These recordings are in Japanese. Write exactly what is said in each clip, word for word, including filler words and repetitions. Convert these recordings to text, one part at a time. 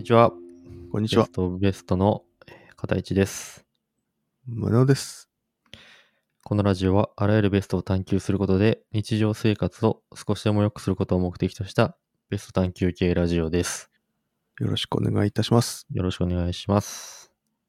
ちは。 こんにちはベス。トベストのえー片市です。 無能です。 このラジオはあらゆるベストを探求することで日常生活を少しでも良くすることを目的としたベスト探求系ラジオです。 よろしくお願いいたします。 よろしくお願いします。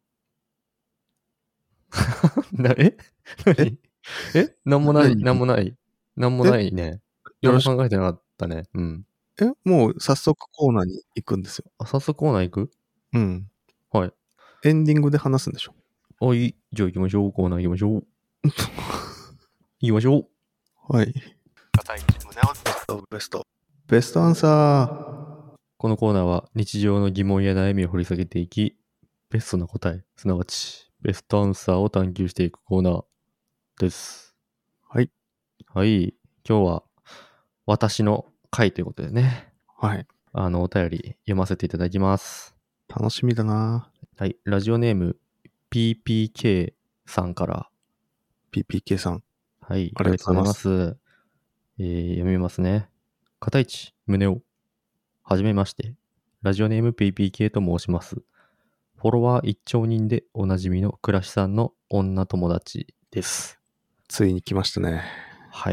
なえ何えなんもない、 何なんもない、なんもないね。何もよろしく。 考えてなかったね。うん。 え、もう早速コーナーに行くんですよ。 あ、早速コーナー行く？ うん。 はい。 エンディングで話すんでしょ。 おい、じゃあ行きましょう。コーナー行きましょう。行きましょう。 はい。片市宗男ベストベスト。ベストアンサー。 このコーナーは日常の疑問や悩みを掘り下げていき、ベストな答え、すなわちベストアンサーを探求していくコーナーです。 はい。 はい。今日は私の回ということでね、 はい。 あの、お便り読ませていただきます。 楽しみだな。 はい。ラジオネーム ピーピーケー さんから、 ピーピーケー さん。 はい。 ありがとうございます。 ありがとうございます。えー読みますね。片市宗男。はじめまして。ラジオネーム ピーピーケー と申します。フォロワー一兆人でおなじみの倉石さんの女友達です。 ついに来ましたね。 はい。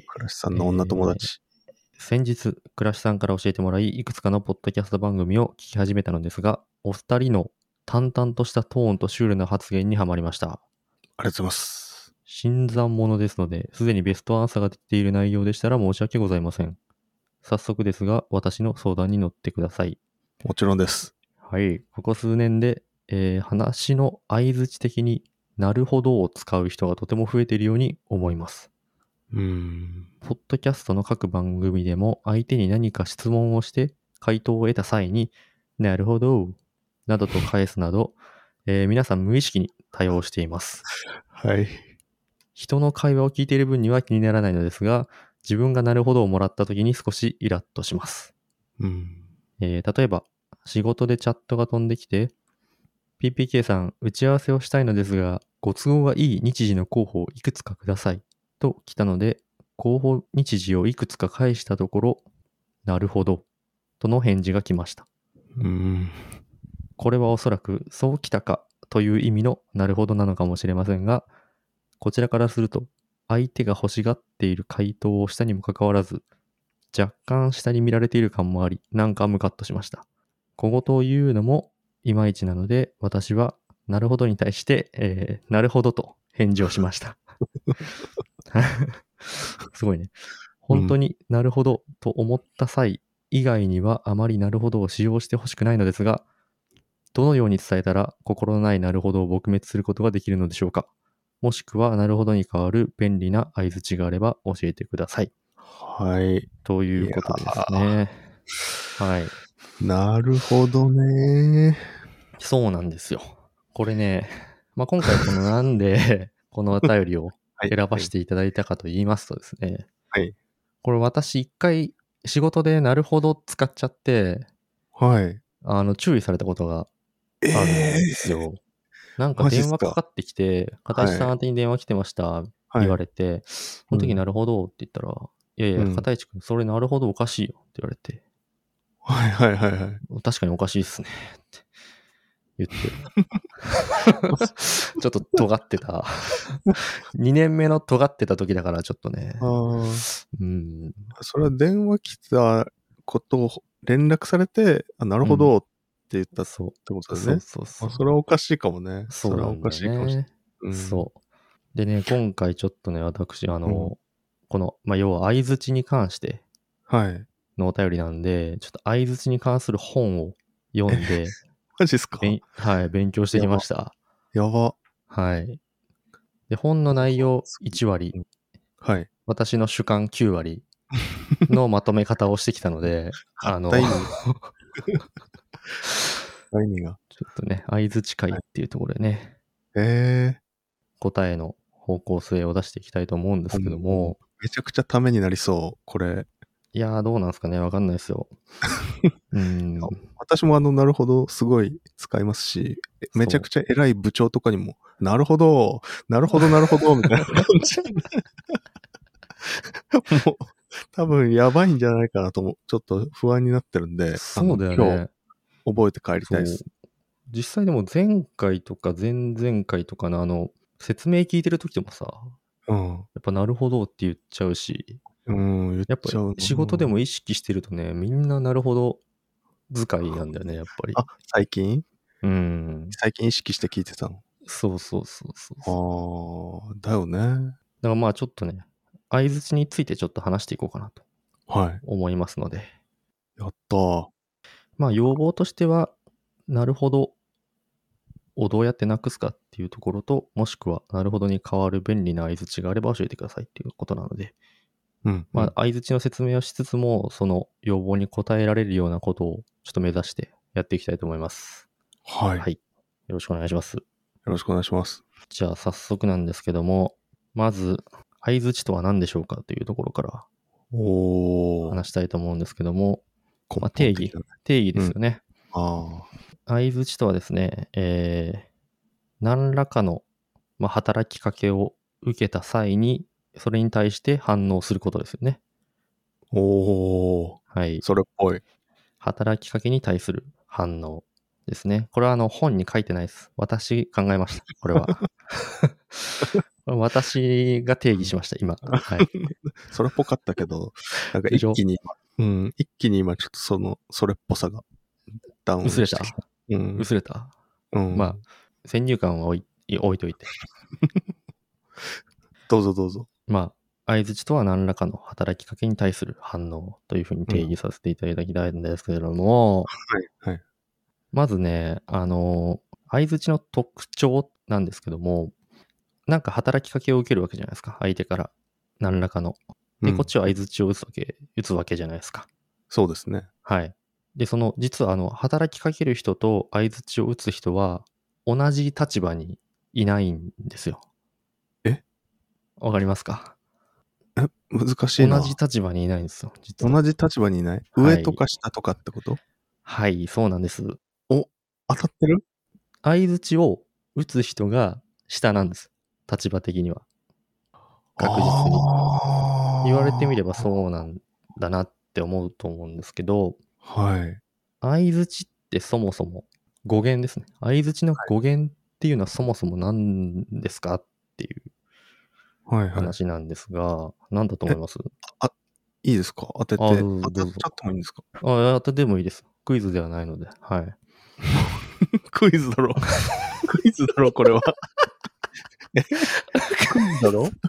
倉石さんの女友達。 えー先日、倉石さんから教えてもらい、いくつかのポッドキャスト番組を聞き始めたのですが、お二人の淡々としたトーンとシュールな発言にはまりました。 ありがとうございます。 新参者ですので、すでにベストアンサーが出ている内容でしたら申し訳ございません。早速ですが、私の相談に乗ってください。 もちろんです。 はい。ここ数年で、えー話の相槌的になるほどを使う人がとても増えているように思います。 うーん。 ポッドキャストの各番組でも相手に何か質問をして回答を得た際になるほどなどと返すなど、えー皆さん無意識に対応しています。 はい。 人の会話を聞いている分には気にならないのですが、自分がなるほどをもらった時に少しイラッとします。 うん。 えー例えば、仕事でチャットが飛んできて、ピーピーケー さん、打ち合わせをしたいのですが、ご都合がいい日時の候補をいくつかください。と来たので、候補日時をいくつか返したところ、なるほど。との返事が来ました。 うーん。 これはおそらく、そう来たかという意味のなるほどなのかもしれませんが、こちらからすると、相手が欲しがっている回答をしたにもかかわらず、若干下に見られている感もあり、なんかムカッとしました。小言を言うのもいまいちなので、私はなるほどに対して、えー、なるほどと返事をしました。すごいね。本当になるほどと思った際以外にはあまりなるほどを使用してほしくないのですが、どのように伝えたら心のないなるほどを撲滅することができるのでしょうか。もしくはなるほどに代わる便利な相槌があれば教えてください。 はい。 ということですね。はい。 なるほどね。 そうなんですよ。これね、まあ、今回このなんでこのお便りをはい。 選ばせていただいたかと言いますとですね、 はい。 これ私一回仕事でなるほど使っちゃって、 はい。 あの、注意されたことがえあるんえですよ。なんかマジっすか。 電話かかってきて、片石さんはい。 宛てに電話来てましたはい。 言われて、その時なるほどって言ったら、いやいや、 うん。 片市くん、それなるほどおかしいよって言われて、 はいはいはいはい。 確かにおかしいっすねって言って、ちょっと尖ってた。にねんめの尖ってた時だからちょっとね。 あうん。 あ。それは電話来たことを連絡されて、あ、なるほどって言ったってそう。 ことだよね。 そうそうそあ、 う。 それはおかしいかもね。 そうれはおかなんだよしいかもしれね。 ない。うん、 そう。でね、今回ちょっとね、私、あの、 うんこの、まあ、要は相槌に関してはい。 のお便りなんで、ちょっと相槌に関する本を読んで、 マジっすか。 べんはい、勉強してきました。 やば。 はい。で、本の内容いち割、 はい。 私の主観きゅう割のまとめ方をしてきたので、あの、 大意味。大意味が。 ちょっとね、相槌会っていうところでね、 ええ答えの方向性を出していきたいと思うんですけども、 めちゃくちゃためになりそう、これ。 いやー、どうなんですかね、わかんないですよ。うーん。 私もあの、なるほど、すごい使いますし、めちゃくちゃ偉い部長とかにも、なるほど、なるほど、なるほど、みたいな感じ。もう、多分やばいんじゃないかなとも、ちょっと不安になってるんで、 そうだよあの今日ね。 覚えて帰りたいでそうす。 実際でも前回とか前々回とかのあの、説明聞いてる時でもさ、 うん。 やっぱなるほどって言っちゃうし、 うん、言っやっぱちゃうな。 仕事でも意識してるとね、みんななるほど使いなんだよね、やっぱり。 あ、最近うん。 最近意識して聞いてたの？ そうそうそうそうそう。 ああ、だよね。 だからまあちょっとね、相槌についてちょっと話していこうかなとはい。 思いますので。 やったー。 まあ要望としては、なるほどをどうやってなくすかっていうところと、もしくはなるほどに変わる便利な相槌があれば教えてくださいっていうことなので、 うん。 まあ相槌の説明をしつつも、その要望に応えられるようなことをちょっと目指してやっていきたいと思います。 はい。 はい。よろしくお願いします。 よろしくお願いします。 じゃあ早速なんですけども、まず、相槌とは何でしょうかというところからおー。 話したいと思うんですけども、 根まあ、定義本的だね。、 定義ですよね。 あ相槌とはですね、えー、何らかの、まあ、働きかけを受けた際に、それに対して反応することですよね。 ー。おー。 はい。 それっぽい。 働きかけに対する反応ですね。これはあの本に書いてないです。私考えました。これは。私が定義しました、今。はい。 それっぽかったけど、なんかでしょ一気に、うん、一気に今ちょっとその、それっぽさがダウン薄れしてきた。 たうん。 薄れたうん。 まあ、先入観は置い置いといて。 どうぞどうぞ。 まあ、相槌とは何らかの働きかけに対する反応というふうに定義させていただきたいんですけれども、 はい。はい。 まずね、あの、相槌の特徴なんですけども、なんか働きかけを受けるわけじゃないですか。相手から何らかの。で、 うんこっちは相槌を打つわけ、打つわけじゃないですか。 そうですね。 はい。で、その、実はあの、働きかける人と相槌を打つ人は、同じ立場にいないんですよ。 えわかりますか？ え、難しいな。 同じ立場にいないんですよ、実は。 同じ立場にいない？ はい上とか下とかってこと？ はい、そうなんです。 お、当たってる？ 相槌を打つ人が下なんです。立場的には。確実に。 あ言われてみればあ。 そうなんだなって思うと思うんですけど、 はい。 相槌ってそもそも語源ですね。相槌の語源っていうのはそもそも何ですかっていうはいはい。 話なんですが、何だと思います？ あ、いいですか？当てて。 あ、どうぞ当たどうぞ。 っちゃってもいいんですか？ あ、当ててもいいです。クイズではないので。はい。 クイズだろ。クイズだろ、これは。えクイズだろ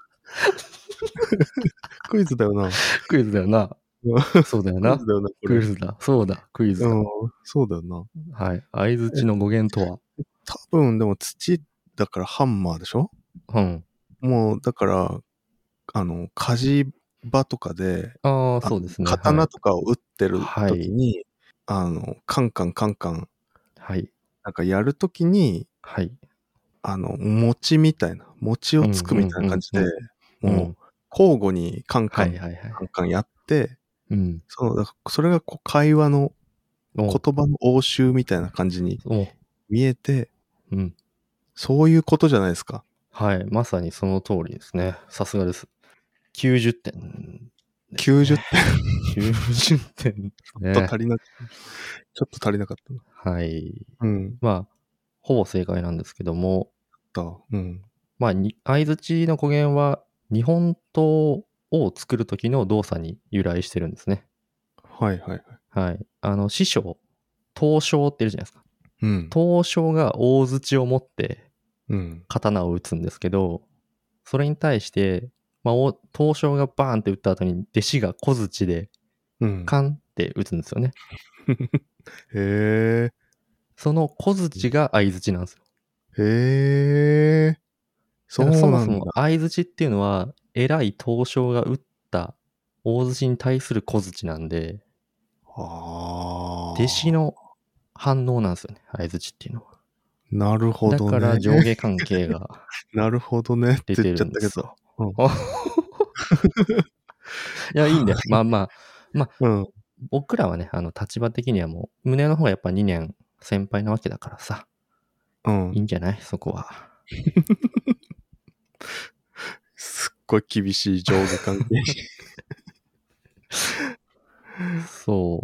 クイズだよな。 クイズだよな。 うんそうだよな。 クイズだよな、これ。 クイズだ。そうだ。クイズだ。 うん、そうだよな。 はい。相槌の語源とは？ 多分、でも土だからハンマーでしょ？ うん。 もう、だから、あの、火事場とかで、 ああ、 あそうですね。 刀とかを撃ってるはい。 時に、あの、カンカンカンカン、 はい。 なんかやるときに、 はい。 あの、餅みたいな、餅をつくみたいな感じで、 うんうんうんもう、交互にカンカン、 はいはいはい。 カンカンやって、 うん。 その、だからそれがこう会話のお言葉の応酬みたいな感じにお見えて、 うん。 そういうことじゃないですか。 はい。まさにその通りですね。さすがです。きゅうじゅってんですね。 きゅうじゅってん。 きゅうじゅってんですちょっね。 と足りな、ちょっと足りなかったな。 はい。 うん。 まあ、ほぼ正解なんですけども、 だ。うん。 まあ、に相槌の語源は日本刀を作る時の動作に由来してるんですね。 はいはいはい。 はい。あの、師匠、刀匠っているじゃないですか。 うん。 刀匠が大槌を持ってうん。 刀を打つんですけど、それに対して、まあ、お刀匠がバーンって打った後に弟子が小槌でうん。 カンって打つんですよね。 へえ。 その小槌が相槌なんですよ。 へえ。そだからそもそうなんだ。 も相槌っていうのは、偉い刀匠が打った大槌に対する小槌なんで、 あ弟子あ。 の反応なんですよね、相槌っていうのは。 なるほどね。 だから上下関係がなるほどねって出て言っちゃったけど。 るんですよ。 うん。 いや、いいんだよ。まあまあ、まあ、 うん。 僕らはね、あの、立場的にはもう、胸の方がやっぱにねん先輩なわけだからさ、 うんいいんじゃないそこは。 すっごい厳しい上下関係。 そ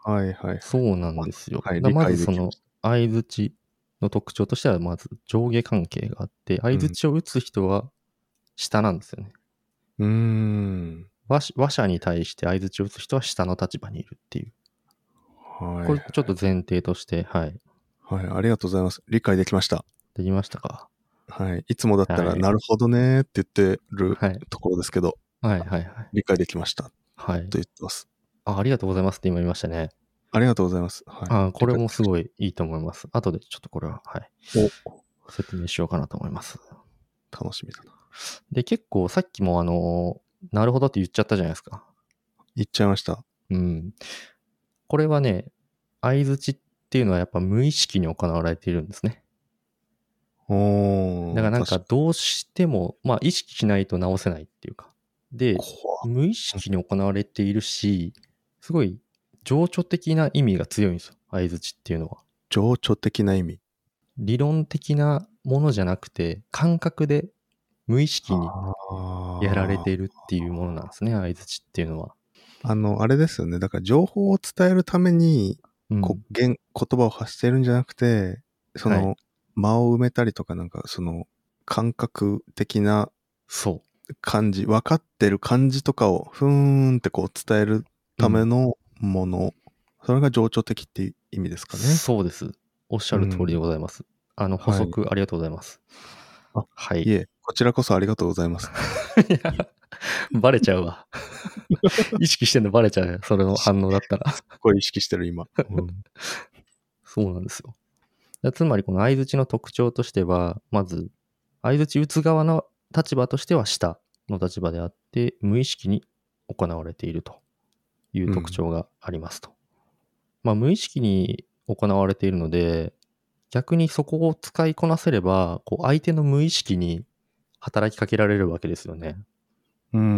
はいはいはい。 そうなんですよ。 はい、 だま理解ずそのできました。 相槌の特徴としては、まず上下関係があって、相槌を打つ人は下なんですよね。 うーん。 話話者に対して相槌を打つ人は下の立場にいるっていう。 はい。 これちょっと前提として、はい。 はい、ありがとうございます。理解できました。 できましたか？ はい。いつもだったら、 はいなるほどねって言ってるはい。 ところですけど、 はいはいはい。 理解できました。 はい。 と言ってます。 あ、ありがとうございますって今言いましたね。 ありがとうございます。はい。 あ、これもすい。 ごいいいと思います。後でちょっとこれは、はい。 お、 説明しようかなと思います。 楽しみだな。 で、結構さっきもあの、なるほどって言っちゃったじゃないですか。 言っちゃいました。 うん。これはね、相槌っていうのはやっぱ無意識に行われているんですね。 おー。 だからなんかどうしても、まあ意識しないと直せないっていうか。で、無意識に行われているし、すごい情緒的な意味が強いんですよ。相槌っていうのは。 情緒的な意味。 理論的なものじゃなくて、感覚で無意識にやられているっていうものなんですね、相槌っていうのは。 あの、あれですよね。だから情報を伝えるために、 うん、 こ言言葉を発しているんじゃなくて、その、 はい、 間を埋めたりとか、なんかその、感覚的なそう感じ、分かってる感じとかをふーんってこう伝えるためのもの、うん、それが情緒的っていう意味ですかね。 そうです。おっしゃる通りでございます。うん、あの、補足、はい、ありがとうございます。 あ、 はい。 いえ、こちらこそありがとうございます。 いや、バレちゃうわ。意識してんのバレちゃうよ。それの反応だったら。 すっごい意識してる今。うん、 そうなんですよ。つまりこの相槌の特徴としては、まず、相槌打つ側の立場としては下の立場であって、無意識に行われているという特徴がありますと。うん、まあ無意識に行われているので、逆にそこを使いこなせれば、こう相手の無意識に働きかけられるわけですよね。 うんうん。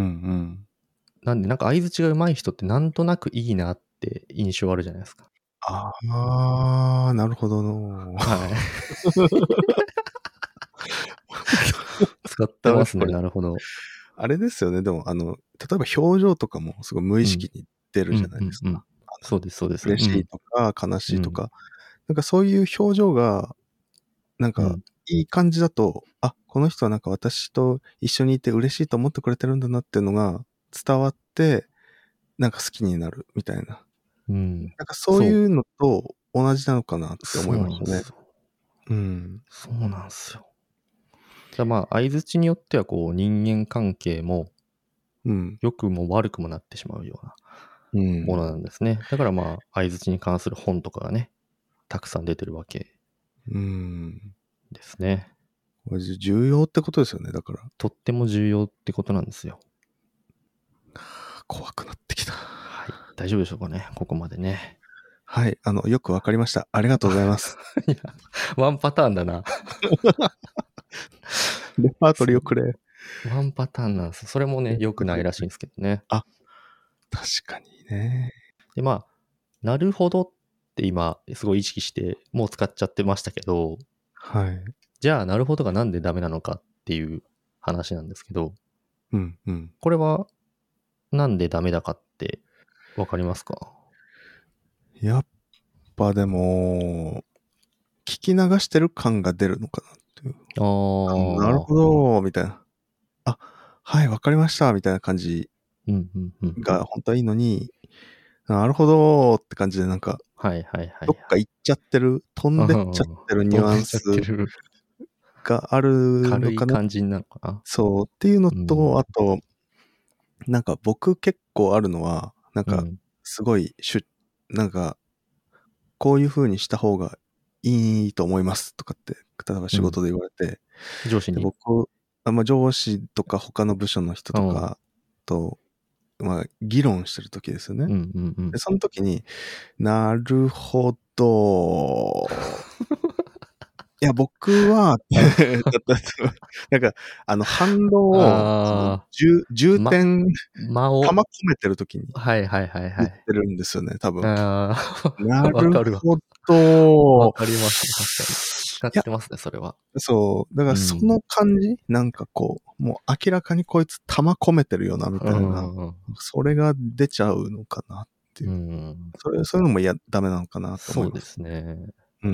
なんでなんか相槌が上手い人ってなんとなくいいなって印象あるじゃないですか。 ああ、なるほどの。 はい。使ってますね、なるほど。 あれですよね、でも、あの、例えば表情とかもすごい無意識に出るじゃないですか。うんうんうん、 そうです、そうです。 嬉しいとか、うん、悲しいとか、なんかそういう表情が、なんか、いい感じだと、うん、あ、この人はなんか私と一緒にいて嬉しいと思ってくれてるんだなっていうのが伝わって、なんか好きになるみたいな。うん。なんかそういうのと同じなのかなって思いましたね。うん。 そうなんですよ。だまあ、相槌によってはこう人間関係も、良くも悪くもなってしまうようなものなんですね。うん、だからまあ、相槌に関する本とかがね、たくさん出てるわけですね。 うん、重要ってことですよね、だから。 とっても重要ってことなんですよ。 怖くなってきた。 はい。大丈夫でしょうかね、ここまでね。 はい。あの、よくわかりました。ありがとうございます。 いや、ワンパターンだな。 レパートリーをくれ。 ワンパターンなんです。それもね、良くないらしいんですけどね。 あ、確かにね。 で、まあ、なるほどって今、すごい意識して、もう使っちゃってましたけど、 はい。 じゃあ、なるほどがなんでダメなのかっていう話なんですけど、 うんうん。 これは、なんでダメだかってわかりますか？ やっぱでも、聞き流してる感が出るのかなっていう。ああ。なるほど、みたいな。あ、はい、わかりました、みたいな感じが本当はいいのに、なるほどって感じでなんか、 はいはいはい。 どっか行っちゃってる、飛んでっちゃってるニュアンスがあるのかな。 軽い感じなのかな。 そう。っていうのと、うん、あと、なんか僕結構あるのは、なんか、すごいしゅ、うん、なんか、こういう風にした方がいいと思いますとかって、例えば仕事で言われて、 うん、上司に僕、あまあ、上司とか他の部署の人とかと、まあ、議論してる時ですよね。 うんうんうん、 でその時に、なるほど。いや、僕は、なんか、あの、反動を、重点、 間を、 玉込めてる時に、 はいはいはいはい。 言ってるんですよね、多分。 あなるほど。 わかりますね、確かに。使ってますね、それは。 そう。だからその感じ、うん、なんかこう、もう明らかにこいつ玉込めてるよな、みたいな。うんうんうん、それが出ちゃうのかなっっていう。 うん。 それ、そういうのもいや、ダメなのかなと思います。 そうですね。 うん。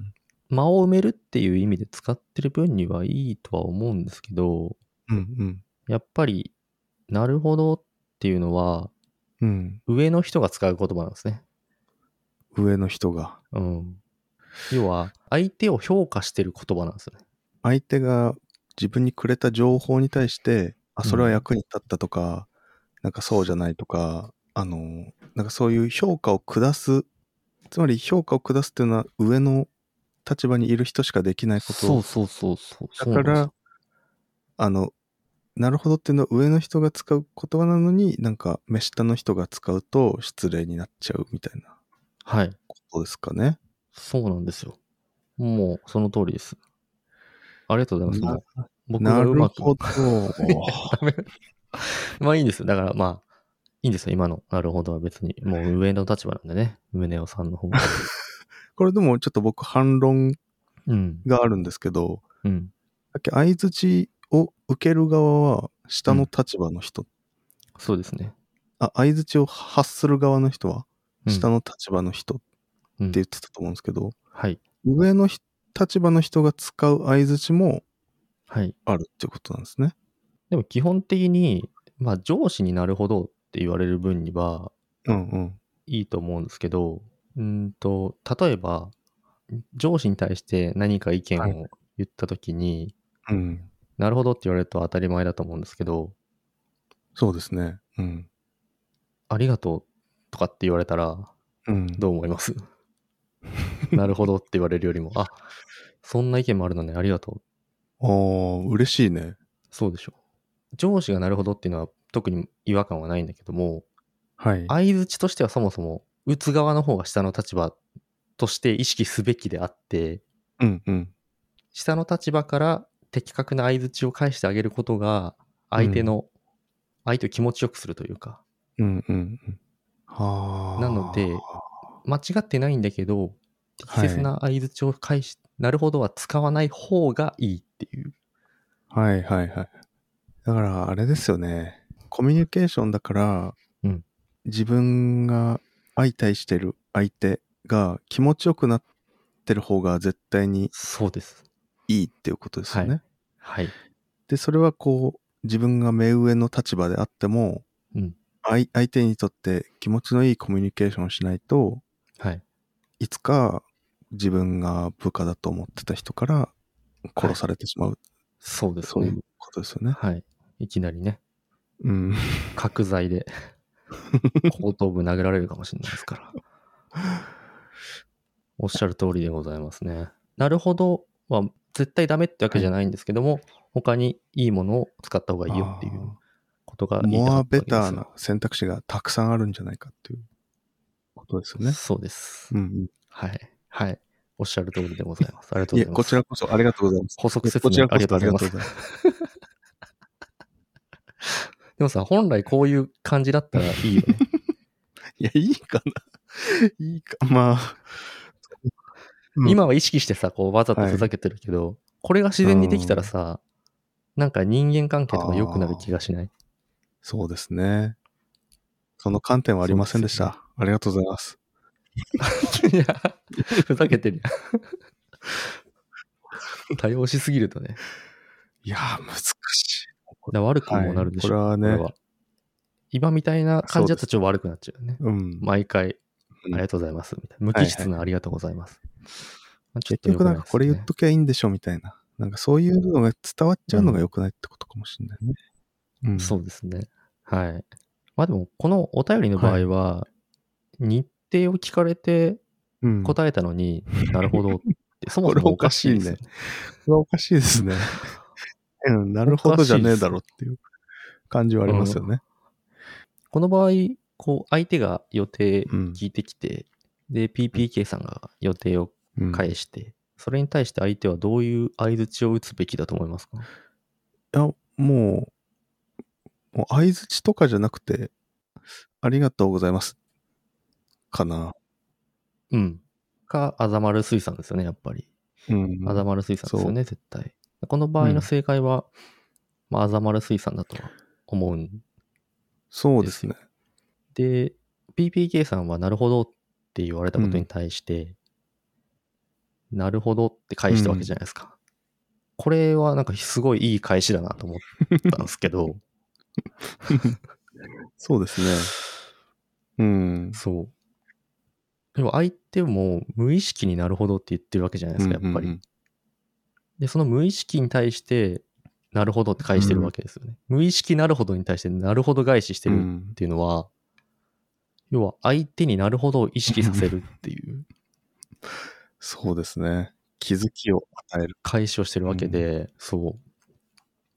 間を埋めるっていう意味で使ってる分にはいいとは思うんですけど、 うんうん。 やっぱり、なるほどっていうのは、 うん。 上の人が使う言葉なんですね。 上の人が。 うん。要は、相手を評価してる言葉なんですよね。 相手が自分にくれた情報に対して、あ、それは役に立ったとか、なんかそうじゃないとか、あの、なんかそういう評価を下す、つまり評価を下すっていうのは上の立場にいる人しかできないことそうそうそうそう。 だかそうなんですよ。 ら、あの、なるほどっていうのは上の人が使う言葉なのに、なんか目下の人が使うと失礼になっちゃうみたいなはい。 ことですかね。 そうなんですよ。もう、その通りです。ありがとうございます。 な、 もう、僕なるがうまく。 ほど。 いやダメ。まあいいんですよ。だからまあ、いいんですよ。今の、なるほどは別に。もう上の立場なんでね。宗男さんの方が。 これでもちょっと僕反論うん。 があるんですけど、 うん。 さっき相槌を受ける側は下のうん。 立場の人。 そうですね。 あ、相槌を発する側の人はうん。 下の立場の人ってうん。 言ってたと思うんですけど、 はい。 上のひ立場の人が使う相槌もはい。 あるっていうことなんですね。 でも基本的に、まあ上司になるほどって言われる分にはうんうん。 いいと思うんですけど、うーんと、例えば、上司に対して何か意はい。 見を言ったときに、 うん。 なるほどって言われると当たり前だと思うんですけど、 そうですね。うん。 ありがとうとかって言われたら、 うん。 どう思いますなるほどって言われるよりも、あ、そんな意見もあるのね、ありがとう。 ああ、嬉しいね。 そうでしょ。上司がなるほどっていうのは特に違和感はないんだけども、 はい。 相槌としてはそもそも打つ側の方が下の立場として意識すべきであって、 うんうん。 下の立場から的確な相槌を返してあげることが、 うん相手の、相手を気持ちよくするというか。 うんうんうん。 なので、 は間違ってないんだけど、適あ。はい。 切な相槌を返し、なるほどは使わない方がいいっていう。 はいはいはい。だからあれですよね。コミュニケーションだから、 うん。 自分が相対してる相手が気持ちよくなってる方が絶対にそうです。 いいっていうことですはい。 よね。 はい。 で、それはこう、自分が目上の立場であっても、 うん。 相相手にとって気持ちのいいコミュニケーションをしないと、 はい。 いつか自分が部下だと思ってた人から殺されてしまう。 そうですね。 そういうことですよね。 はい。いきなりね、 うん。 角材で後頭部殴られるかもしれないですから。おっしゃる通りでございますね。なるほどは絶対ダメってわけはい。 じゃないんですけども、他にいいものを使った方がいいよっていうあことがあ、 言いたかったモアベわけですよ。 ターな選択肢がたくさんあるんじゃないかっていうことですよね。 そうです。 うんうん。 はい。はい。おっしゃる通りでございます。ありがといえ、 うございます。 こちらこそありがとうございます。 補足いえこち説明ありらこそありがとうございます。 がとうございます。 でもさ、本来こういう感じだったらいいよね。 いや、いいかな。いいか。まあ。うん、 今は意識してさ、こうわざとはい。 ふざけてるけど、これが自然にできたらさ、なんか人間関係とか良くなる気がしない？ そうですね。その観点はありそうまですよね。 せんでした。ありがとうございます。 いや、ふざけてるやん。多用しすぎるとね。 いやー、難しい。 だ悪くもはい。 なるでしょ、 これはね、 これは。今みたいな感じだとそうです。 ちょっと悪くなっちゃうよね。 うん。 毎回、 うん、 ありがとうございます。みたいな。無機質はいはい。 なありがとうございます。まあ、ちょっ結と良くな局なんかこれいですよね。 言っときゃいいんでしょみたいな。なんかそういうのが伝わっちゃうのがうん。 良くないってことかもしれないね。うん。 そうですね。はい。まあでも、このお便りの場はい。 合は、日程を聞かれてうん。 答えたのに、なるほどって、そもこれおそもおかかしいね。 しいですよね。 これおかしいですね。うん、なるおかほどじゃねえしいですよ。 だろっていう感じはあうん。 りますよね。 この場合、こう、相手が予定うん。 聞いてきて、で、 うん。 ピーピーケー さんが予定をうん。 返して、それに対して相手はどういう相槌を打つべきだと思いますか？ いや、もう、もう相槌とかじゃなくて、ありがとうございますかな。 うん。か、あざまる水産ですよね、やっぱり。 うあざん。 まる水産ですそう。 よね、絶対。この場合のうん。 正解は、まあ、あざまる水産だとは思うんそうですよ。 ですね。 で、 ピーピーケー さんはなるほどって言われたことに対して、うん、なるほどって返したわけじゃないですか。うん、これはなんかすごいいい返しだなと思ったんですけど。 そうですね。うん。 そう。でも相手も無意識になるほどって言ってるわけじゃないですか、やっぱり。うんうんうん、で、その無意識に対して、なるほどって返してるわけですよね。うん、無意識なるほどに対してなるほど返ししてるっていうのは、うん、要は相手になるほどを意識させるっていう。 そうですね。気づきを与える。 返しをしてるわけで、うん、そう。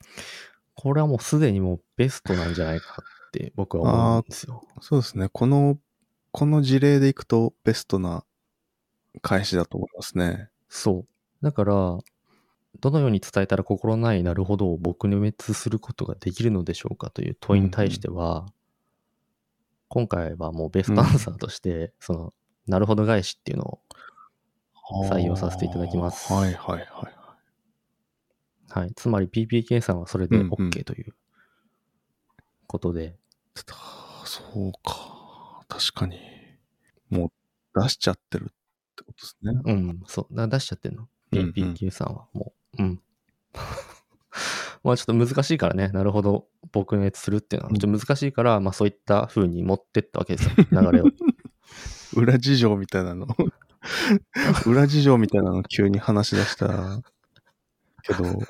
これはもうすでにもうベストなんじゃないかって僕は思うんですよ。 そうですね。この、この事例でいくとベストな返しだと思いますね。 そう。だから、どのように伝えたら心ないなるほどを撲滅することができるのでしょうかという問いに対しては、うんうん、今回はもうベストアンサーとして、うん、その、なるほど返しっていうのを採用させていただきます。 はいはいはい。 はい。つまり ピーピーケー さんはそれで OK ということで。 うんうん、そうか。確かに。もう出しちゃってるってことですね。 うん、そう。出しちゃってんの。ピーピーケー さんはもう。うん。まあちょっと難しいからね。なるほど。撲滅するっていうのはちょっと難しいから、うん、まあそういった風に持ってったわけですよ。流れを。 裏事情みたいなの。裏事情みたいなの急に話し出したけど。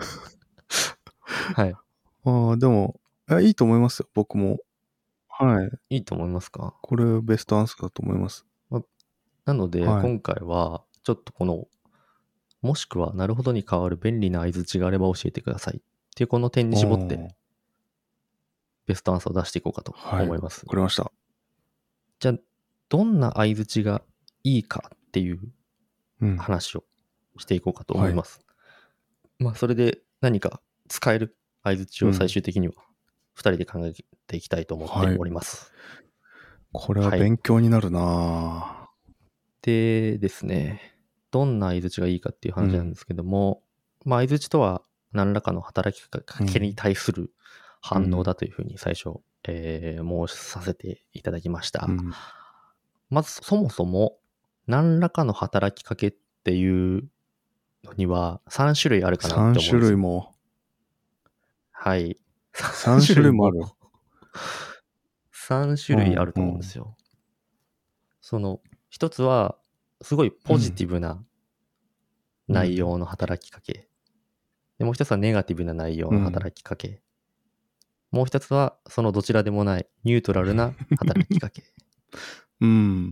はい。 ああ、でも、いいと思いますよ。僕も。はい。 いいと思いますか？ これベストアンサーだと思います。 まあ、なので、はい、今回はちょっとこの、もしくはなるほどに変わる便利な相槌があれば教えてくださいっていうこの点に絞って、ベストアンサーを出していこうかと思います。 わかりました。 じゃあ、どんな相槌がいいかっていう話をしていこうかと思います。うん、はい、まあ、それで何か使える相槌を最終的にはふたりで考えていきたいと思っております。 はい、これは勉強になるな、 はい、でですね、どんな相槌がいいかっていう話なんですけども、うん、まあ、相槌とは何らかの働きかけに対する反応だというふうに最初、うん、えー、申しさせていただきました。うん、まずそもそも何らかの働きかけっていうのにはさん種類あるかなって思うんですよ。さん種類も。はい。 さん種類もある。 さん種類あると思うんですよ。うんうん、その一つはすごいポジティブな内容の働きかけ。うん、でもう一つはネガティブな内容の働きかけ。うん、もう一つはそのどちらでもないニュートラルな働きかけ。 うん。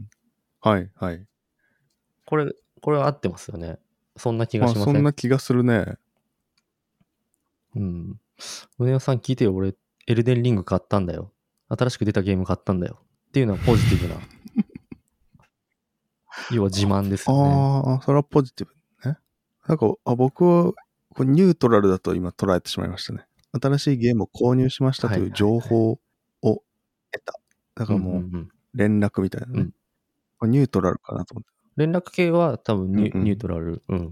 はいはい。 これ、これは合ってますよね。そんな気がしません？ あ、そんな気がするね。 うん。宗男さん聞いてよ、俺、エルデンリング買ったんだよ。新しく出たゲーム買ったんだよ。っていうのはポジティブな。要は自慢ですよね。 ああ、それはポジティブね。なんか、あ僕はこれニュートラルだと今捉えてしまいましたね。新しいゲームを購入しましたという情報を得た。だからもう、連絡みたいなね。うんうんうん、ニュートラルかなと思って。 連絡系は多分ニュ、うんうん、ニュートラル。うん。うん。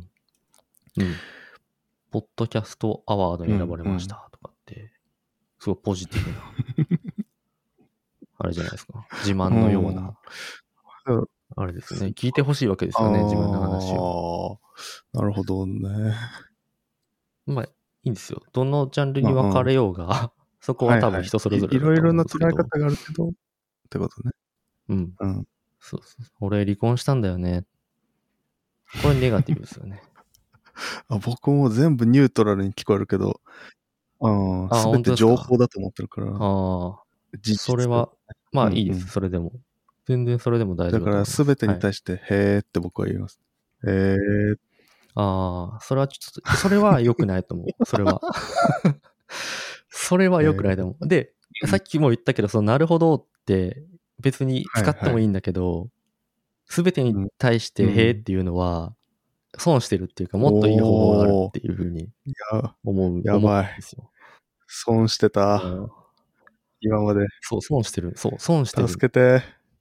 ポッドキャストアワードに選ばれましたとかって、すごいポジティブな、あれじゃないですか。自慢のような、あれですね。聞いてほしいわけですよね、自分の話を。 なるほどね。 まあ、いいんですよ。どのジャンルに分かれようが、うん、そこは多分人それぞれだと思うんですけど、 はいはい、いろいろな捉え方があるけど、ってことね。 うん。うん。そうそう。俺離婚したんだよね。これネガティブですよね。 あ、僕も全部ニュートラルに聞こえるけど、すべて情報だと思ってるから。 ああ。それは、まあいいです、うんうん、それでも。全然それでも大丈夫だと思います。 だからすべてに対して、はい、へーって僕は言います。へー。 ああ、それはちょっと、それは良くないと思う。それは。それは良くないと思う。で、さっきも言ったけど、そのなるほどって別に使ってもいいんだけど、すべ、はいはい、てに対してへーっていうのは、損してるっていうか、もっといい方法があるっていうふうに思う。 やばい。 ですよ。 損してた。今まで。 そう、損してる。そう、損してる。 助けて。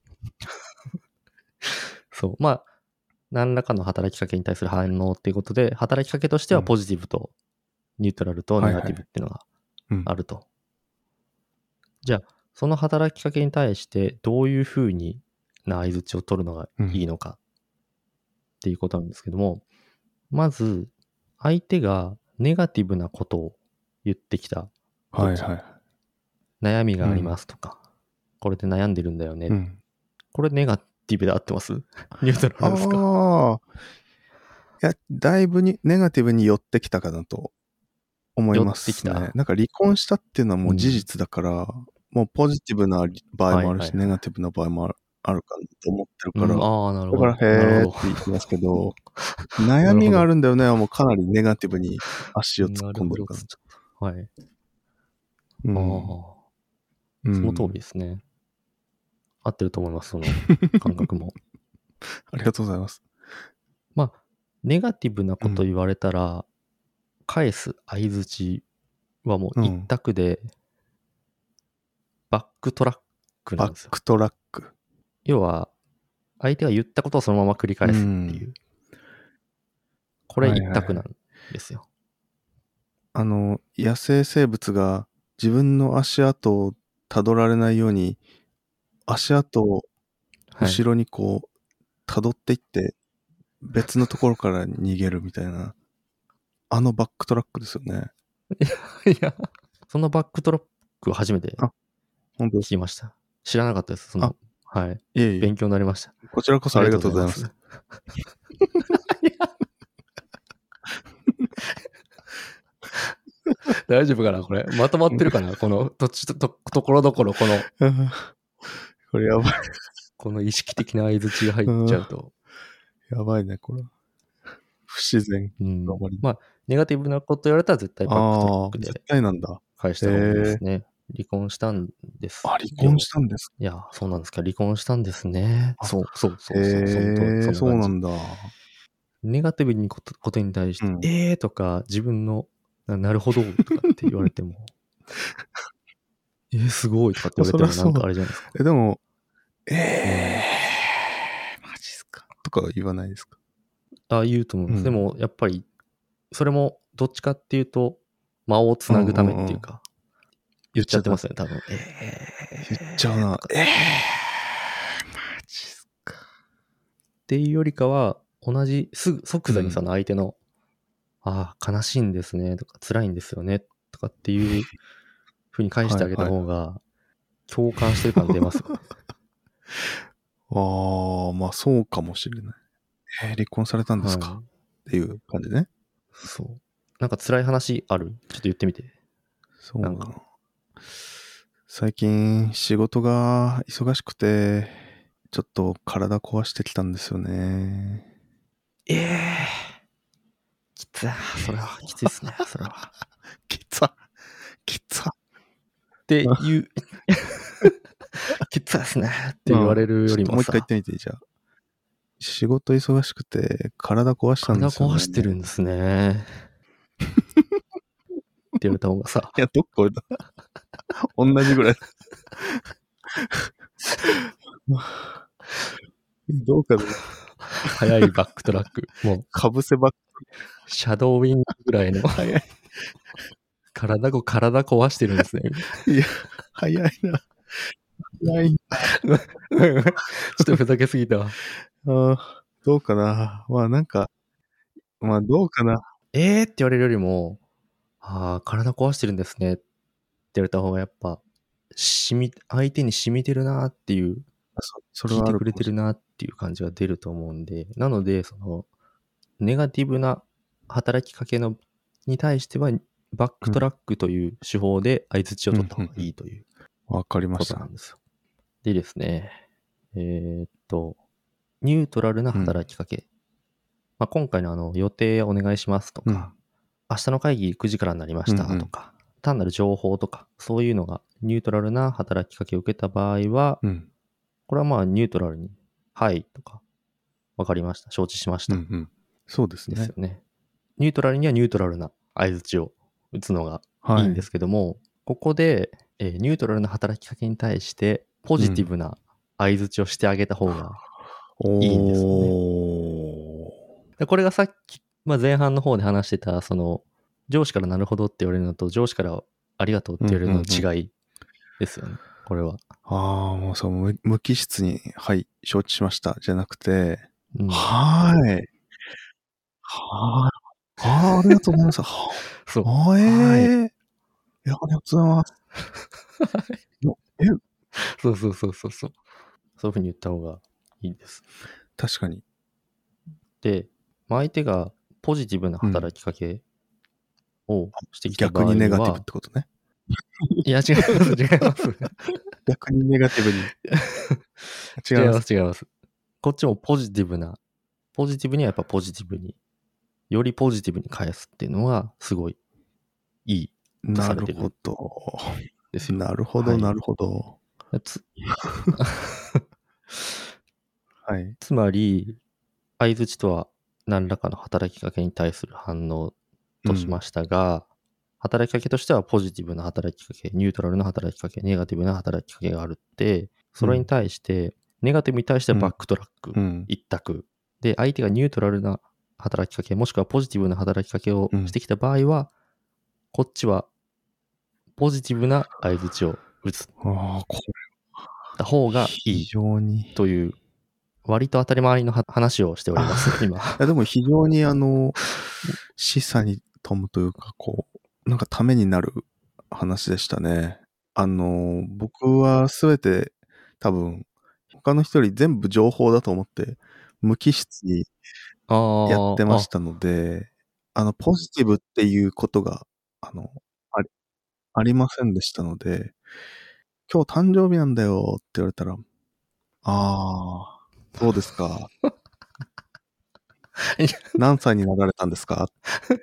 そう。まあ、何らかの働きかけに対する反応っていうことで、働きかけとしてはポジティブとニュートラルとネガティブっていうのがあると。はいはい、じゃあ、 その働きかけに対してどういうふうにな相槌を取るのがいいのかっていうことなんですけども、まず相手がネガティブなことを言ってきた時、 はいはい。 悩みがありますとか、これで悩んでるんだよね。 うん。 これネガティブで合ってます？ニュートラルですか？ ああ。いや、だいぶにネガティブに寄ってきたかなと思いま寄ってきた。 すね。なんか離婚したっていうのはもう事実だから、もうポジティブな場合もあるし、 はいはいはいネガティブな場合もあるあるかなと思ってるから、 うん、ああ、なるだほど。 からへーってなるほど。 言ってますけど、悩みがあるんだよねはもうかなりネガティブに足を突っ込んでるかな。 なるほど。はい。 うあん。 あ、 うんその通りですね。合ってると思います、その感覚も。 ありがとうございます。 まあ、ネガティブなこと言われたら、返す相槌はもう一択で、バックトラックなんですよ。 バックトラック。 要は、相手が言ったことをそのまま繰り返すっていう。これ一択なんですよ。 あの、野生生物が自分の足跡をたどられないように、足跡を後ろにこう、たどっていって、別のところから逃げるみたいな、あのバックトラックですよね。 いや、そのバックトラックを初めて本当聞きました。知らなかったです。その、はい。 いえいえ。 勉強になりました。 こちらこそありがとうございます。 大丈夫かなこれ。まとまってるかなこの、とちと、と、ところどころ、この、 これやばい。 この意識的な相槌が入っちゃうと。 やばいね、これ。不自然。 うん。まあ、ネガティブなこと言われたら絶対バックトラックで。 絶対なんだ。 返した方がいいですね。離婚したんです。 あ、離婚したんですか？ いや、そうなんですか。離婚したんですね。そう、そう、そう、そう、そのへえ、そうなんだ。 ネガティブにこと、ことに対して、 うん、 えーとか、自分の、なるほど、とかって言われても、えー、すごいとかって言われても、なんかあれじゃないですか。 え、でも、ええー、マジっすかとか言わないですか？ あ、言うと思います。 うん、 でも、やっぱり、それも、どっちかっていうと、間をつなぐためっていうか、言っちゃってますね、多分。 えー、言っちゃうな。えー、マジっすか。 っていうよりかは、同じ、すぐ、即座にその相手の、うん、ああ、悲しいんですね、とか、辛いんですよね、とかっていうふうに返してあげた方が、共感してる感出ますよね。 ああ、まあそうかもしれない。えー、離婚されたんですか、はい、っていう感じね。 そう。なんか辛い話ある？ちょっと言ってみて。 そうなの。最近仕事が忙しくて、ちょっと体壊してきたんですよね。 ええー、きつい。それはきついですね。それは。 きつい。きつい。 っていう、きついですねって言われるよりもさ、うん、 もう一回言ってみて、じゃあ。仕事忙しくて体壊したんですよね。 体壊してるんですね。って言われた方がさ。 いや、どっこいだ。同じぐらい。どうかな。 早いバックトラック。もう。 かぶせバック。 シャドーウィングぐらいの。 早い。 体を、体壊してるんですね。 いや、早いな。早い。ちょっとふざけすぎたわ。 あどうかな。まあなんか、まあどうかな。 えーって言われるよりも、ああ、体壊してるんですねって言われた方がやっぱ、染み、相手に染みてるなっていう、それは聞いてくれてるなっていう感じが出ると思うんで、なので、その、ネガティブな働きかけのに対しては、バックトラックという手法で相槌を取った方がいいというわかりました。 ことなんですよ。でですね、えー、っと、ニュートラルな働きかけ。うんまあ、今回のあの予定お願いしますとか、うん、明日の会議くじからになりましたとか、うんうん、単なる情報とか、そういうのがニュートラルな働きかけを受けた場合は、うん、これはまあニュートラルに、はいとか、わかりました、承知しました。 うんうん、そうですね。 ですよね。ニュートラルにはニュートラルな相槌を打つのがいいんですけども、はい、ここで、えー、ニュートラルな働きかけに対してポジティブな相槌をしてあげた方がいいんですよね。うん、これがさっき、まあ、前半の方で話してた、その、上司からなるほどって言われるのと、上司からありがとうって言われるのの違いですよね。うんうんうん、 これは。 ああ、もうそう、無無機質に、はい、承知しました。じゃなくて、 うん、 はーい。はーい。ああ、ありがとうございます。はそう。 あ、えはい。 えー。いや、ありがとうございます。え、 そうそうそうそうそう。そういうふうに言った方がいいです。 確かに。 で、まあ、相手がポジティブな働きかけをしてきた場逆合には、 にネガティブってことね。 いや、違います、違います。 逆にネガティブに。違いま。 違いますす、違います。こっちもポジティブな、ポジティブにはやっぱポジティブに、よりポジティブに返すっていうのがすごいいいとなされてるんるほど。 ですよ。 なるほど、 はいなるほど。 つはい。 つまり、相槌とは何らかの働きかけに対する反応としましたが、働きかけとしてはポジティブな働きかけ、ニュートラルな働きかけ、ネガティブな働きかけがあるって、それに対して、ネガティブに対してはバックトラック、 うん。 一択。で、相手がニュートラルな働きかけ、もしくはポジティブな働きかけをしてきた場合は、こっちはポジティブな相槌を打つああ、こた方がれ、非いい常に。 という、割と当たり前のは話をしております、今。 いや、でも非常にあの、示唆に富むというか、こう、なんかためになる話でしたね。あの、僕はすべて多分、他の人より全部情報だと思って、無機質にあやってましあ、 たので、あの、ポジティブっていうことが、あの、あり、ありませんでしたので、今日誕生日なんだよって言われたら、ああ、そうですか。 いや何歳になられたんですか？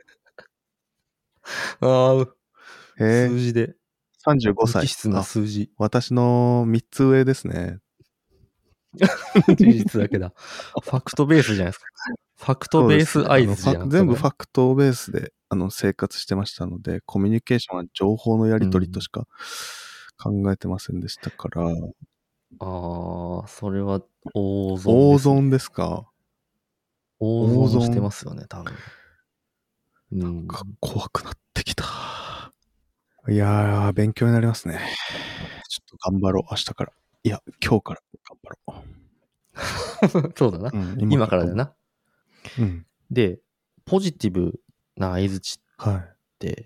ああ、 へえ、 数字で、 さんじゅうごさい。 無機質なあ、 数字。 私のみっつ上ですね。 事実だけだ。ファクトベースじゃないですか。ファクトベース合あの図じゃん。 全部それファクトベースであの生活してましたので、コミュニケーションは情報のやり取りとしか考えてませんでしたから。 ああ、それは大損大ですね。 損ですか？ 大損してますよね、多分。うなんん。 か怖くなってきた。いやー、勉強になりますね。ちょっと頑張ろう、明日から。いや、今日から頑張ろう。 そうだな。 うん、 今からだよな。 うん。 で、ポジティブな相槌はい。 って、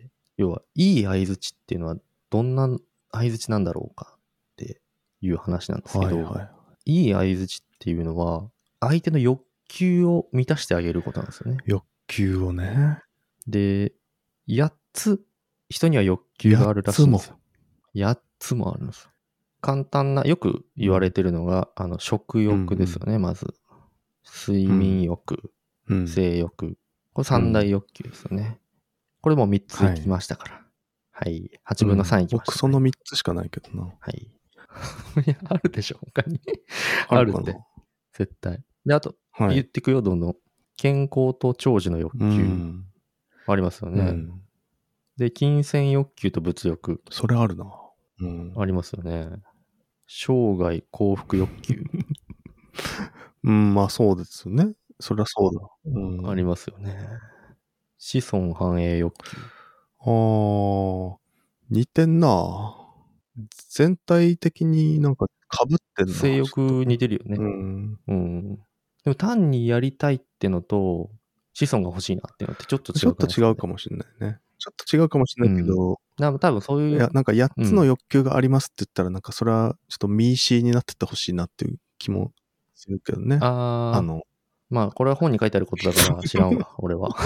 要は、いい相槌っていうのはどんな相槌なんだろうかっていう話なんですけど、 はいはい。 いい相槌っていうのは、相手の欲求を満たしてあげることなんですよね。 欲求をね。 で、やっつ、人には欲求があるらしいんですよ。やっつもあるんですよ。簡単な、よく言われてるのが、あの、食欲ですよね、まず。睡眠欲、 うん。 性欲。これ三大欲求ですよね。これもみっついきましたから。はい。はちぶんのさんいきました、ね僕そのみっつしかないけどな。 はい。いや、あるでしょ、他に。 あるかなあるって。絶対。で、あと、 はい。 言ってくよ、どんどん。健康と長寿の欲う求ん。 ありますよね。 うん。 で、金銭欲求と物欲それあるな。うん。 ありますよね。生涯幸福欲求うん、まあそうですね。そりゃそうだ。うん。 ありますよね。子孫繁栄欲求。 あー、似てんな。全体的になんか被ってんな。 性欲似てるよね。 うん。 うん。でも単にやりたいってのと、子孫が欲しいなっていうのってちょっとちょっと違うくないですか、ね、 違うかもしれないね。ちょっと違うかもしれないけど、 うん、多分そういう。 いや、なんかやっつのうん欲求がありますって言ったら、なんかそれはちょっとミーシーになっててほしいなっていう気もするけどね。 ああ。 あの、 まあ、これは本に書いてあることだから知らんわ、俺は。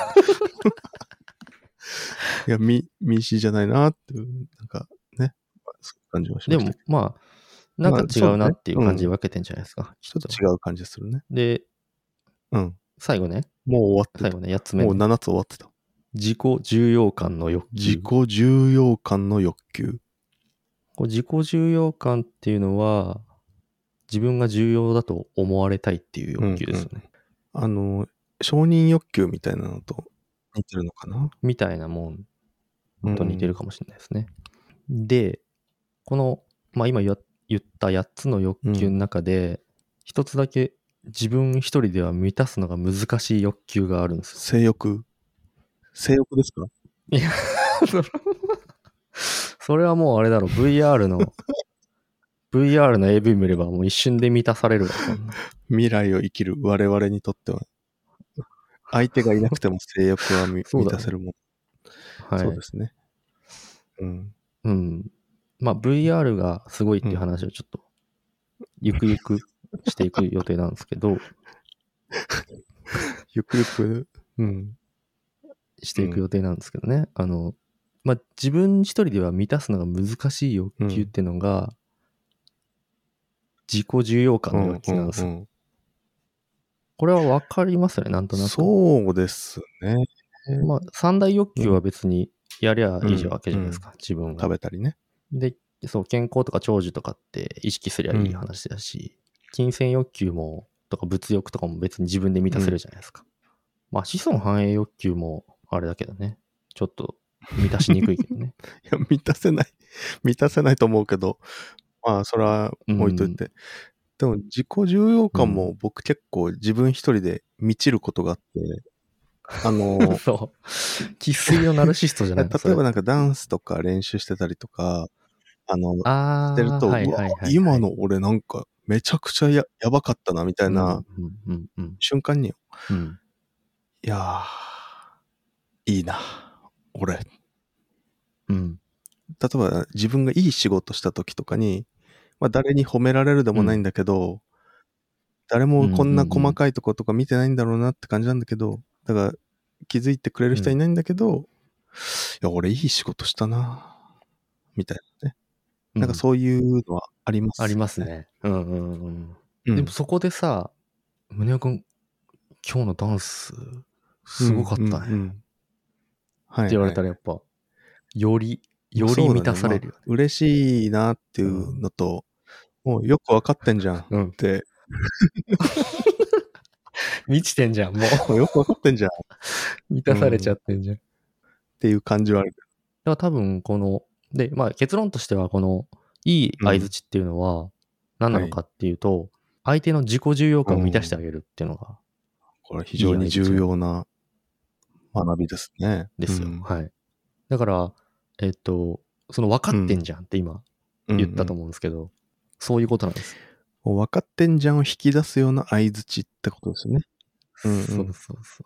いや、ミミーシーじゃないなっていう、なんかね、そういう感じはしでましたけど。 も、まあ、なんか違うなっていう感じでまあ分けてんじゃないですか。 ちょっと違う感じするね。 で、 うん。 最後ね。 もう終わってた。 最後ね、やっつ目、ね。 もうななつ終わってた。 自己重要感の欲求。 自己重要感の欲求。 こう自己重要感っていうのは、自分が重要だと思われたいっていう欲求ですよね。 うんうん、あの、承認欲求みたいなのと似てるのかなみたいなもんと似てるかもしれないですね。うん、で、この、まあ今言ったやっつの欲求の中で、一、うん、つだけ自分一人では満たすのが難しい欲求があるんですよ。 性欲性欲ですか？ いや、それはもうあれだろ、ブイアール のブイアール の エーブイ 見ればもう一瞬で満たされるわ、そんな。 未来を生きる我々にとっては、相手がいなくても性欲は満たせるもん。 はい。 そうですね。うん。 うん。まあ ブイアール がすごいっていう話をちょっと、ゆくゆくしていく予定なんですけど、 ゆくゆく、うん。 していく予定なんですけどね。うん、あの、まあ、自分一人では満たすのが難しい欲求っていうのが、うん、自己重要感の欲求なんですよ。うんうんうん、これは分かりますよね、なんとなく。 そうですね。 まあ、三大欲求は別にやりゃいいわけじゃないですか、うんうん、自分が。 食べたりね。 で、そう、健康とか長寿とかって意識すりゃいい話だし、うん、金銭欲求も、とか物欲とかも別に自分で満たせるじゃないですか。うん、まあ、子孫繁栄欲求もあれだけどね。ちょっと満たしにくいけどね。 いや、満たせない。満たせないと思うけど、まあ、それは置いといて。うん、でも、自己重要感も僕結構自分一人で満ちることがあって、あの、 そう。生粋のナルシストじゃないの例えばなんかダンスとか練習してたりとか、あの、 あしてると、 はいはいはいはい、 うわ、今の俺なんかめちゃくちゃ や, やばかったな、みたいな瞬間によ、 うんうんうん、 いやー、いいな、俺。 うん。 例えば自分がいい仕事した時とかに、まあ誰に褒められるでもないんだけど、うん、誰もこんな細かいとことか見てないんだろうなって感じなんだけど、だから気づいてくれる人はいないんだけど、うん、いや、俺いい仕事したな、みたいなね。なんかそういうのはありますね。 ありますね。うんうんうん。うん、でもそこでさ、宗男くん、今日のダンス、すごかったね。うんうんうん、はい、って言われたらやっぱ、より、より満たされるよね。 まあ、嬉しいなっていうのと、うん、もうよくわかってんじゃんって。うん、 満ちてんじゃん、もう。 よくわかってんじゃん。 満たされちゃってんじゃん。うん、 っていう感じはある。 だから多分この、で、まあ結論としてはこの、いい相づちっていうのは何なのかっていうと、うん、はい、相手の自己重要感を満たしてあげるっていうのが、うん、 これ非常に重要な学びですね。 ですよ。うん、はい。だから、えっと、その分かってんじゃんって今言ったと思うんですけど、うんうんうん、そういうことなんです。 もう分かってんじゃんを引き出すような相づちってことですよね。 うんうん、そうそうそうそう。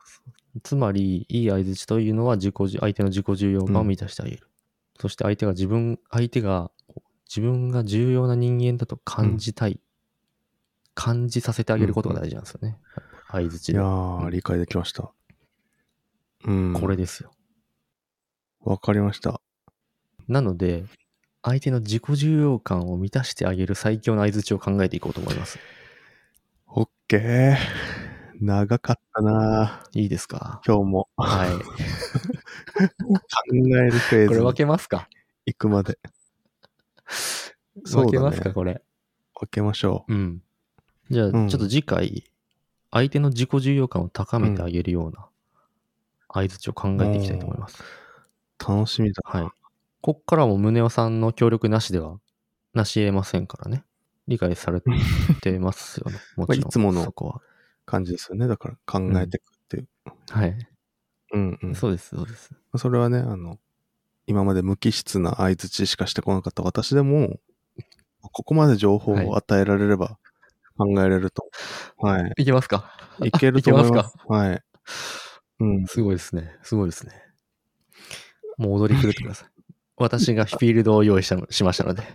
つまり、いい相づちというのは自己、相手の自己重要感を満たしてあげる。うん、そして相手が自分、相手が自分が重要な人間だと感じたい。うん、感じさせてあげることが大事なんですよね。うんうん、相づちで。 いやー、うん、理解できました。うん。 これですよ。 わかりました。 なので、相手の自己重要感を満たしてあげる最強の相づちを考えていこうと思います。 オッケー。長かったないいですか？ 今日も。 はい。 考えるフェーズ。 これ分けますか？ 行くまで。 分けますか、これ。 分けましょう。うん。じゃあ、うん、ちょっと次回、相手の自己重要感を高めてあげるような相づちを考えていきたいと思います。 楽しみだ。 はい。こっからも宗男さんの協力なしではなし得ませんからね。理解されてますよね。もちろん。 まあ、いつもの感じですよね。だから考えていくっていう。 うん、はい。 うんうん。 そうです、そうです。 それはね、あの、今まで無機質な相づちしかしてこなかった私でも、ここまで情報を与えられれば考えれると。はい。はい、 いけますか？ いけると思います。いけますか？はい。 うん。すごいですね。すごいですね。もう踊り狂ってください。私がフィールドを用意したしましたので。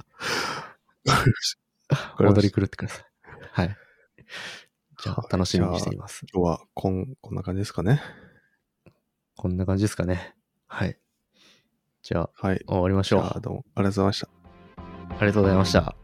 踊り狂ってください。はい。じゃあ、楽しみにしています。 今日はこん、こんな感じですかね。 こんな感じですかね。はい。じゃあ、 はい、 終わりましょう。 じゃあ、どうもありがとうございました。 ありがとうございました。